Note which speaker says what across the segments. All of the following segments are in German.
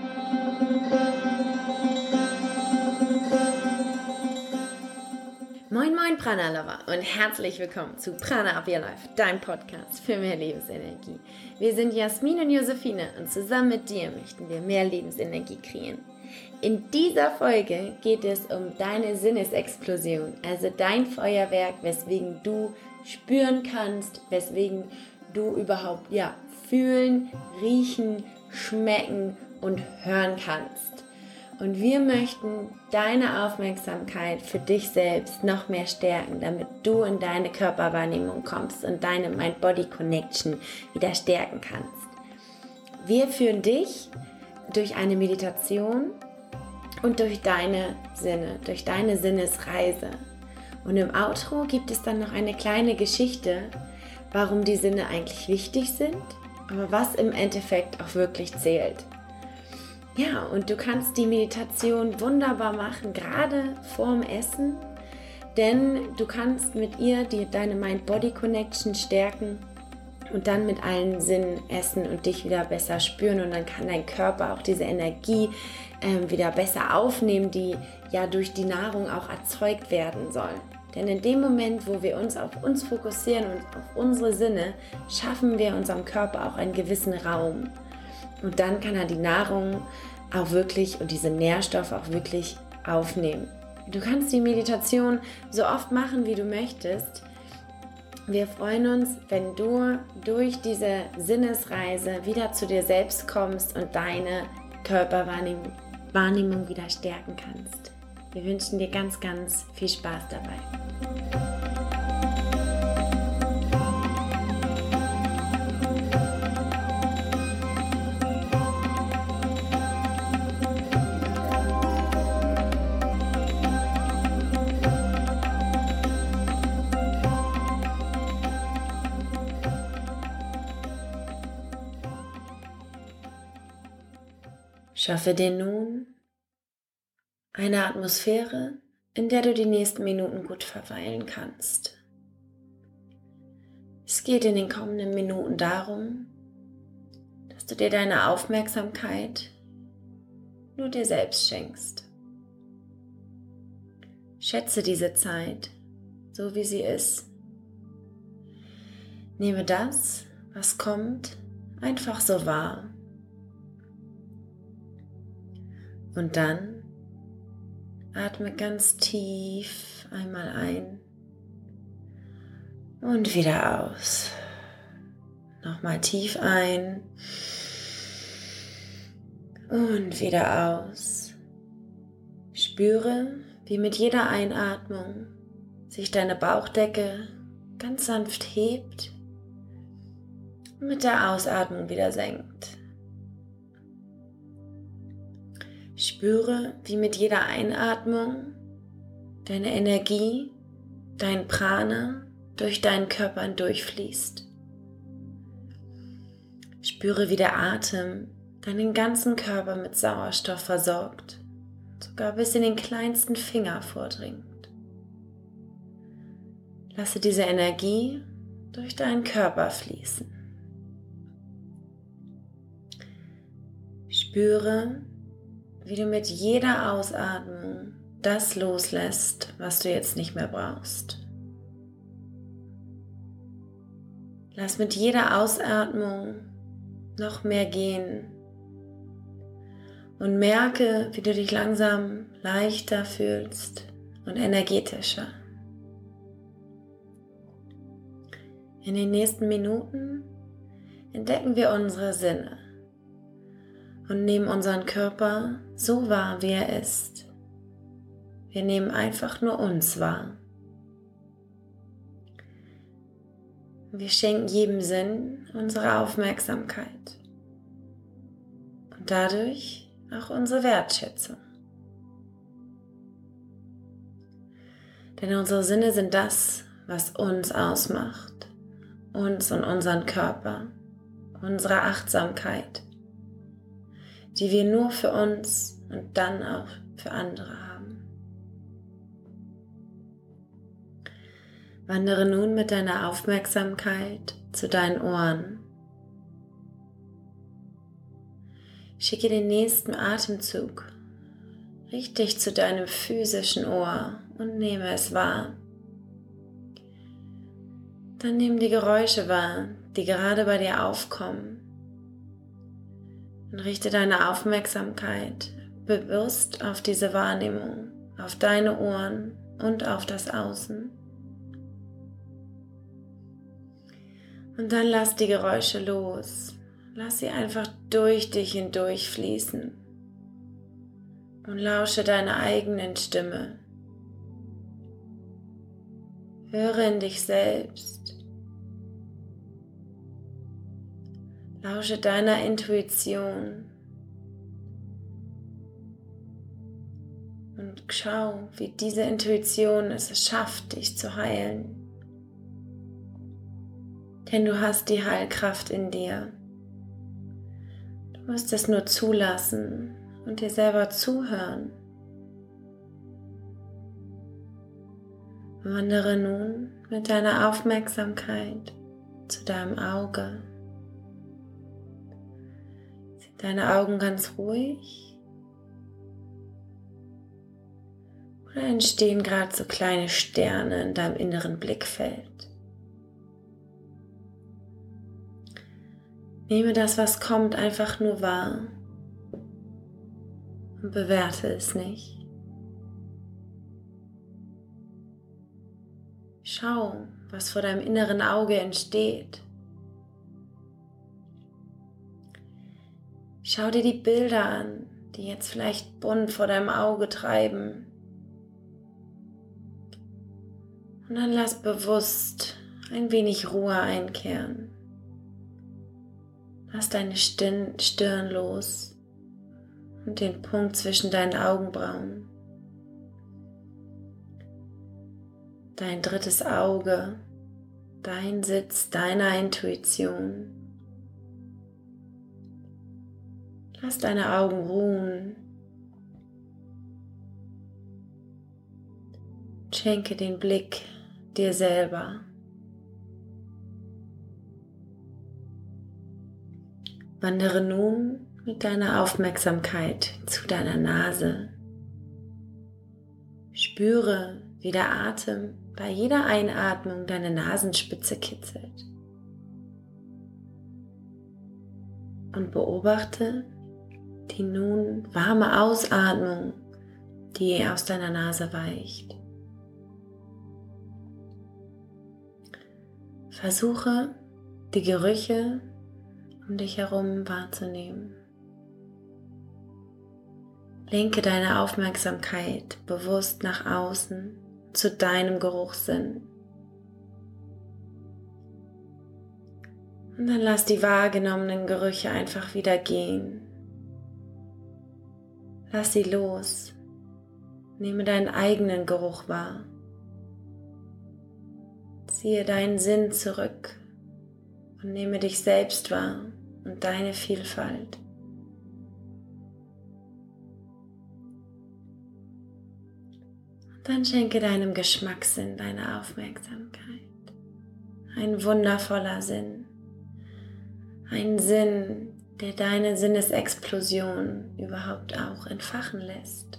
Speaker 1: Moin moin Prana Lover und herzlich willkommen zu Prana Up Your Life, dein Podcast für mehr Lebensenergie. Wir sind Jasmin und Josephine und zusammen mit dir möchten wir mehr Lebensenergie kreieren. In dieser Folge geht es um deine Sinnesexplosion, also dein Feuerwerk, weswegen du spüren kannst, weswegen du überhaupt fühlen, riechen, schmecken und hören kannst. Und wir möchten deine Aufmerksamkeit für dich selbst noch mehr stärken, damit du in deine Körperwahrnehmung kommst und deine Mind-Body-Connection wieder stärken kannst. Wir führen dich durch eine Meditation und durch deine Sinne, durch deine Sinnesreise. Und im Outro gibt es dann noch eine kleine Geschichte, warum die Sinne eigentlich wichtig sind, aber was im Endeffekt auch wirklich zählt. Ja, und du kannst die Meditation wunderbar machen, gerade vorm Essen, denn du kannst mit ihr deine Mind-Body-Connection stärken und dann mit allen Sinnen essen und dich wieder besser spüren, und dann kann dein Körper auch diese Energie wieder besser aufnehmen, die ja durch die Nahrung auch erzeugt werden soll. Denn in dem Moment, wo wir uns auf uns fokussieren und auf unsere Sinne, schaffen wir unserem Körper auch einen gewissen Raum. Und dann kann er die Nahrung auch wirklich und diese Nährstoffe auch wirklich aufnehmen. Du kannst die Meditation so oft machen, wie du möchtest. Wir freuen uns, wenn du durch diese Sinnesreise wieder zu dir selbst kommst und deine Körperwahrnehmung wieder stärken kannst. Wir wünschen dir ganz, ganz viel Spaß dabei. Schaffe dir nun eine Atmosphäre, in der du die nächsten Minuten gut verweilen kannst. Es geht in den kommenden Minuten darum, dass du dir deine Aufmerksamkeit nur dir selbst schenkst. Schätze diese Zeit, so wie sie ist. Nehme das, was kommt, einfach so wahr. Und dann atme ganz tief einmal ein und wieder aus. Nochmal tief ein und wieder aus. Spüre, wie mit jeder Einatmung sich deine Bauchdecke ganz sanft hebt und mit der Ausatmung wieder senkt. Spüre, wie mit jeder Einatmung deine Energie, dein Prana durch deinen Körper hindurchfließt. Spüre, wie der Atem deinen ganzen Körper mit Sauerstoff versorgt, sogar bis in den kleinsten Finger vordringt. Lasse diese Energie durch deinen Körper fließen. Spüre, wie du mit jeder Ausatmung das loslässt, was du jetzt nicht mehr brauchst. Lass mit jeder Ausatmung noch mehr gehen und merke, wie du dich langsam leichter fühlst und energetischer. In den nächsten Minuten entdecken wir unsere Sinne und nehmen unseren Körper so wahr, wie er ist. Wir nehmen einfach nur uns wahr. Wir schenken jedem Sinn unsere Aufmerksamkeit und dadurch auch unsere Wertschätzung. Denn unsere Sinne sind das, was uns ausmacht, uns und unseren Körper, unsere Achtsamkeit, die wir nur für uns und dann auch für andere haben. Wandere nun mit deiner Aufmerksamkeit zu deinen Ohren. Schicke den nächsten Atemzug richtig zu deinem physischen Ohr und nehme es wahr. Dann nimm die Geräusche wahr, die gerade bei dir aufkommen. Und richte deine Aufmerksamkeit bewusst auf diese Wahrnehmung, auf deine Ohren und auf das Außen. Und dann lass die Geräusche los. Lass sie einfach durch dich hindurch fließen. Und lausche deiner eigenen Stimme. Höre in dich selbst. Lausche deiner Intuition. Und schau, wie diese Intuition es schafft, dich zu heilen. Denn du hast die Heilkraft in dir. Du musst es nur zulassen und dir selber zuhören. Wandere nun mit deiner Aufmerksamkeit zu deinem Auge. Sind deine Augen ganz ruhig? Oder entstehen gerade so kleine Sterne in deinem inneren Blickfeld? Nehme das, was kommt, einfach nur wahr und bewerte es nicht. Schau, was vor deinem inneren Auge entsteht. Schau dir die Bilder an, die jetzt vielleicht bunt vor deinem Auge treiben. Und dann lass bewusst ein wenig Ruhe einkehren. Lass deine Stirn los und den Punkt zwischen deinen Augenbrauen. Dein drittes Auge, dein Sitz deiner Intuition. Lass deine Augen ruhen. Schenke den Blick dir selber. Wandere nun mit deiner Aufmerksamkeit zu deiner Nase. Spüre, wie der Atem bei jeder Einatmung deine Nasenspitze kitzelt. Und beobachte die nun warme Ausatmung, die aus deiner Nase weicht. Versuche, die Gerüche um dich herum wahrzunehmen. Lenke deine Aufmerksamkeit bewusst nach außen zu deinem Geruchssinn. Und dann lass die wahrgenommenen Gerüche einfach wieder gehen. Lass sie los. Nehme deinen eigenen Geruch wahr. Ziehe deinen Sinn zurück und nehme dich selbst wahr und deine Vielfalt. Und dann schenke deinem Geschmackssinn deine Aufmerksamkeit. Ein wundervoller Sinn. Ein Sinn, der deine Sinnesexplosion überhaupt auch entfachen lässt.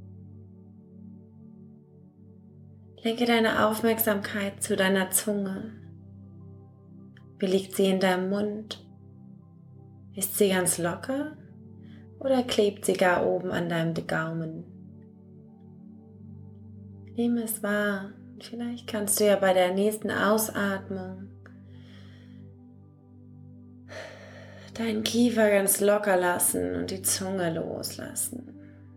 Speaker 1: Lenke deine Aufmerksamkeit zu deiner Zunge. Wie liegt sie in deinem Mund? Ist sie ganz locker oder klebt sie gar oben an deinem Gaumen? Nimm es wahr. Vielleicht kannst du ja bei der nächsten Ausatmung deinen Kiefer ganz locker lassen und die Zunge loslassen.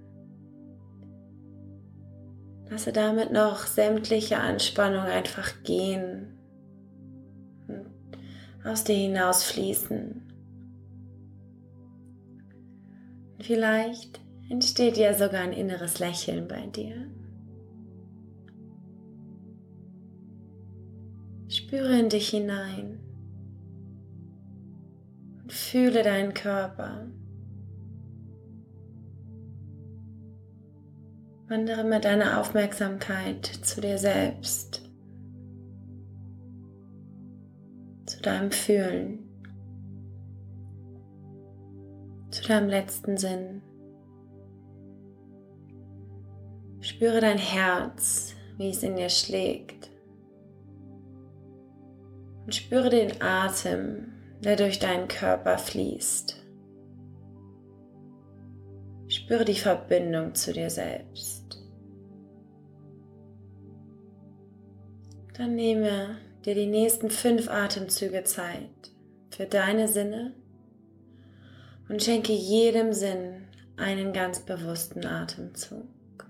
Speaker 1: Lasse damit noch sämtliche Anspannung einfach gehen und aus dir hinaus fließen. Und vielleicht entsteht ja sogar ein inneres Lächeln bei dir. Spüre in dich hinein und fühle deinen Körper. Wandere mit deiner Aufmerksamkeit zu dir selbst, zu deinem Fühlen, zu oder im letzten Sinn. Spüre dein Herz, wie es in dir schlägt. Und spüre den Atem, der durch deinen Körper fließt. Spüre die Verbindung zu dir selbst. Dann nehme dir die nächsten 5 Atemzüge Zeit für deine Sinne und schenke jedem Sinn einen ganz bewussten Atemzug.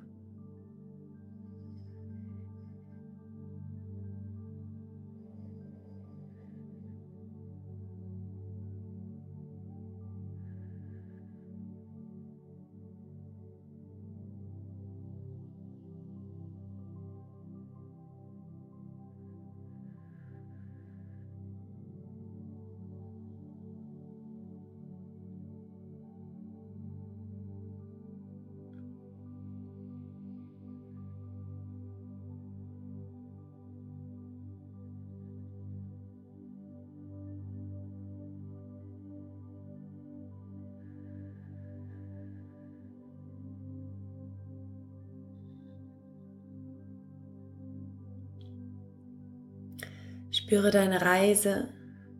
Speaker 1: Spüre deine Reise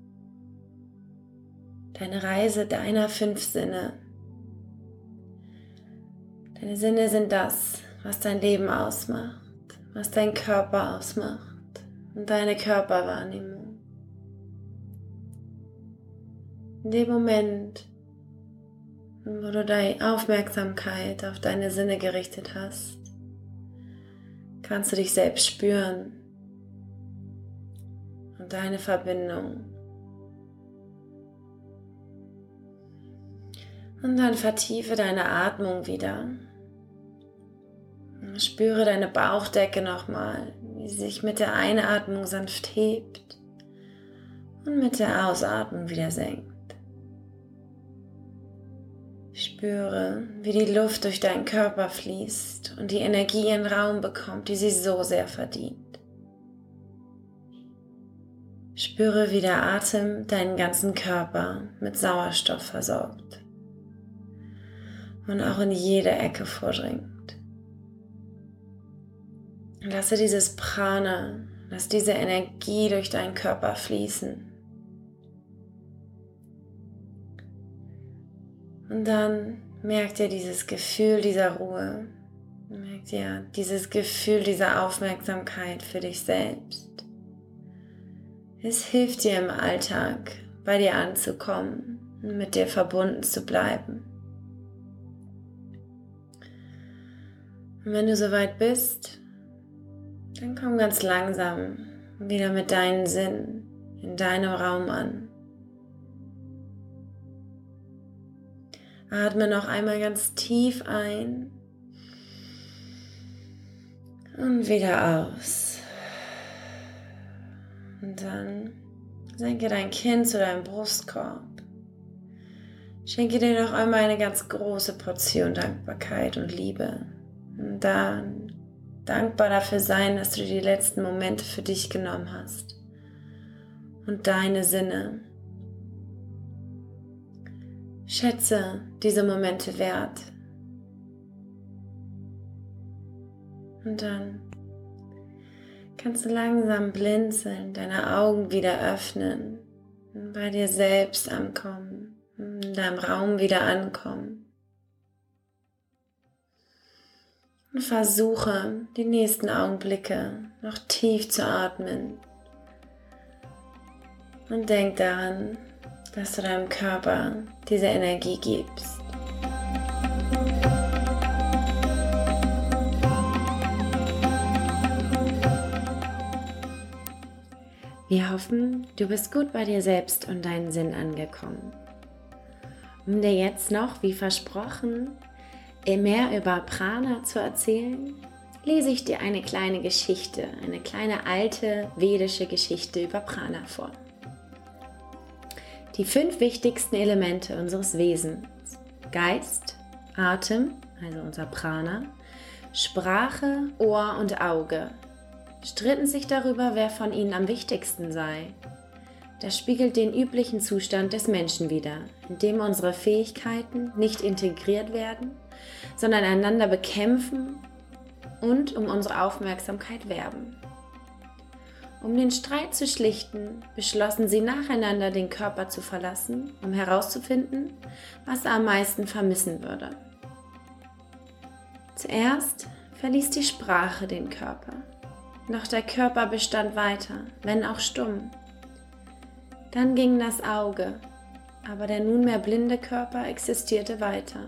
Speaker 1: deiner 5 Sinne. Deine Sinne sind das, was dein Leben ausmacht, was dein Körper ausmacht und deine Körperwahrnehmung. In dem Moment, wo du deine Aufmerksamkeit auf deine Sinne gerichtet hast, kannst du dich selbst spüren und deine Verbindung. Und dann vertiefe deine Atmung wieder. Spüre deine Bauchdecke nochmal, wie sie sich mit der Einatmung sanft hebt und mit der Ausatmung wieder senkt. Spüre, wie die Luft durch deinen Körper fließt und die Energie ihren Raum bekommt, die sie so sehr verdient. Spüre, wie der Atem deinen ganzen Körper mit Sauerstoff versorgt und auch in jede Ecke vordringt. Lasse dieses Prana, lass diese Energie durch deinen Körper fließen. Und dann merkt ihr dieses Gefühl dieser Ruhe, merkt ihr dieses Gefühl dieser Aufmerksamkeit für dich selbst. Es hilft dir im Alltag, bei dir anzukommen und mit dir verbunden zu bleiben. Und wenn du soweit bist, dann komm ganz langsam wieder mit deinen Sinnen in deinem Raum an. Atme noch einmal ganz tief ein und wieder aus. Und dann senke dein Kinn zu deinem Brustkorb. Schenke dir noch einmal eine ganz große Portion Dankbarkeit und Liebe. Und dann dankbar dafür sein, dass du die letzten Momente für dich genommen hast und deine Sinne. Schätze diese Momente wert. Und dann kannst du langsam blinzeln, deine Augen wieder öffnen und bei dir selbst ankommen, in deinem Raum wieder ankommen. Und versuche, die nächsten Augenblicke noch tief zu atmen. Und denk daran, dass du deinem Körper diese Energie gibst. Wir hoffen, du bist gut bei dir selbst und deinen Sinn angekommen. Um dir jetzt noch, wie versprochen, mehr über Prana zu erzählen, lese ich dir eine kleine Geschichte, eine kleine alte vedische Geschichte über Prana vor. Die 5 wichtigsten Elemente unseres Wesens: Geist, Atem, also unser Prana, Sprache, Ohr und Auge, stritten sich darüber, wer von ihnen am wichtigsten sei. Das spiegelt den üblichen Zustand des Menschen wider, in dem unsere Fähigkeiten nicht integriert werden, sondern einander bekämpfen und um unsere Aufmerksamkeit werben. Um den Streit zu schlichten, beschlossen sie nacheinander, den Körper zu verlassen, um herauszufinden, was er am meisten vermissen würde. Zuerst verließ die Sprache den Körper, doch der Körper bestand weiter, wenn auch stumm. Dann ging das Auge, aber der nunmehr blinde Körper existierte weiter.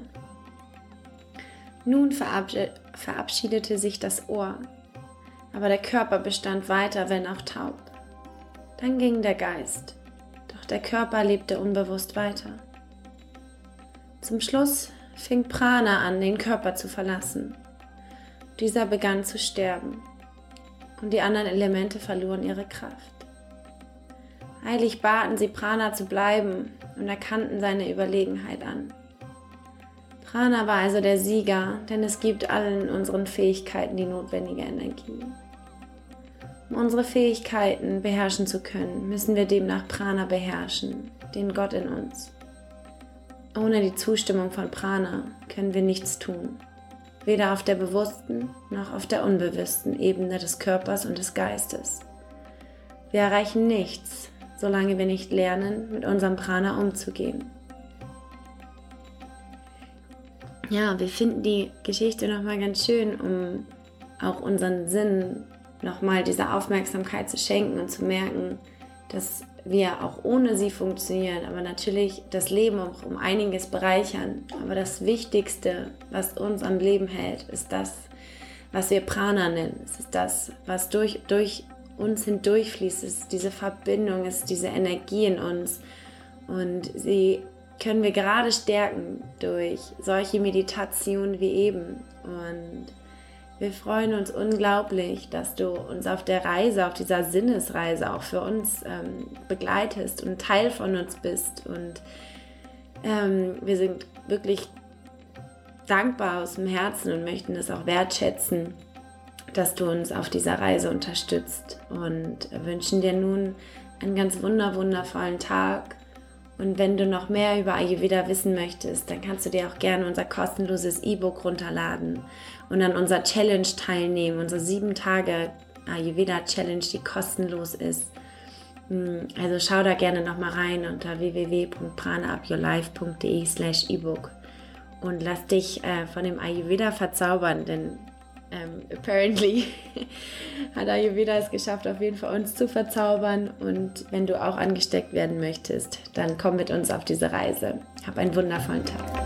Speaker 1: Nun verabschiedete sich das Ohr, aber der Körper bestand weiter, wenn auch taub. Dann ging der Geist, doch der Körper lebte unbewusst weiter. Zum Schluss fing Prana an, den Körper zu verlassen. Dieser begann zu sterben und die anderen Elemente verloren ihre Kraft. Eilig baten sie Prana zu bleiben und erkannten seine Überlegenheit an. Prana war also der Sieger, denn es gibt allen unseren Fähigkeiten die notwendige Energie. Um unsere Fähigkeiten beherrschen zu können, müssen wir demnach Prana beherrschen, den Gott in uns. Ohne die Zustimmung von Prana können wir nichts tun, weder auf der bewussten noch auf der unbewussten Ebene des Körpers und des Geistes. Wir erreichen nichts, solange wir nicht lernen, mit unserem Prana umzugehen. Ja, wir finden die Geschichte nochmal ganz schön, um auch unseren Sinn nochmal dieser Aufmerksamkeit zu schenken und zu merken, dass wir auch ohne sie funktionieren, aber natürlich das Leben auch um einiges bereichern. Aber das Wichtigste, was uns am Leben hält, ist das, was wir Prana nennen. Es ist das, was durch uns hindurchfließt. Es ist diese Verbindung, es ist diese Energie in uns. Und sie können wir gerade stärken durch solche Meditationen wie eben. Und wir freuen uns unglaublich, dass du uns auf der Reise, auf dieser Sinnesreise auch für uns begleitest und Teil von uns bist. Und wir sind wirklich dankbar aus dem Herzen und möchten es auch wertschätzen, dass du uns auf dieser Reise unterstützt und wünschen dir nun einen ganz wundervollen Tag. Und wenn du noch mehr über Ayurveda wissen möchtest, dann kannst du dir auch gerne unser kostenloses E-Book runterladen und an unserer Challenge teilnehmen, unsere 7 Tage Ayurveda Challenge, die kostenlos ist. Also schau da gerne nochmal rein unter www.pranaupyourlife.de/ebook und lass dich von dem Ayurveda verzaubern, denn apparently hat Ayurveda es geschafft, auf jeden Fall uns zu verzaubern. Und wenn du auch angesteckt werden möchtest, dann komm mit uns auf diese Reise. Hab einen wundervollen Tag.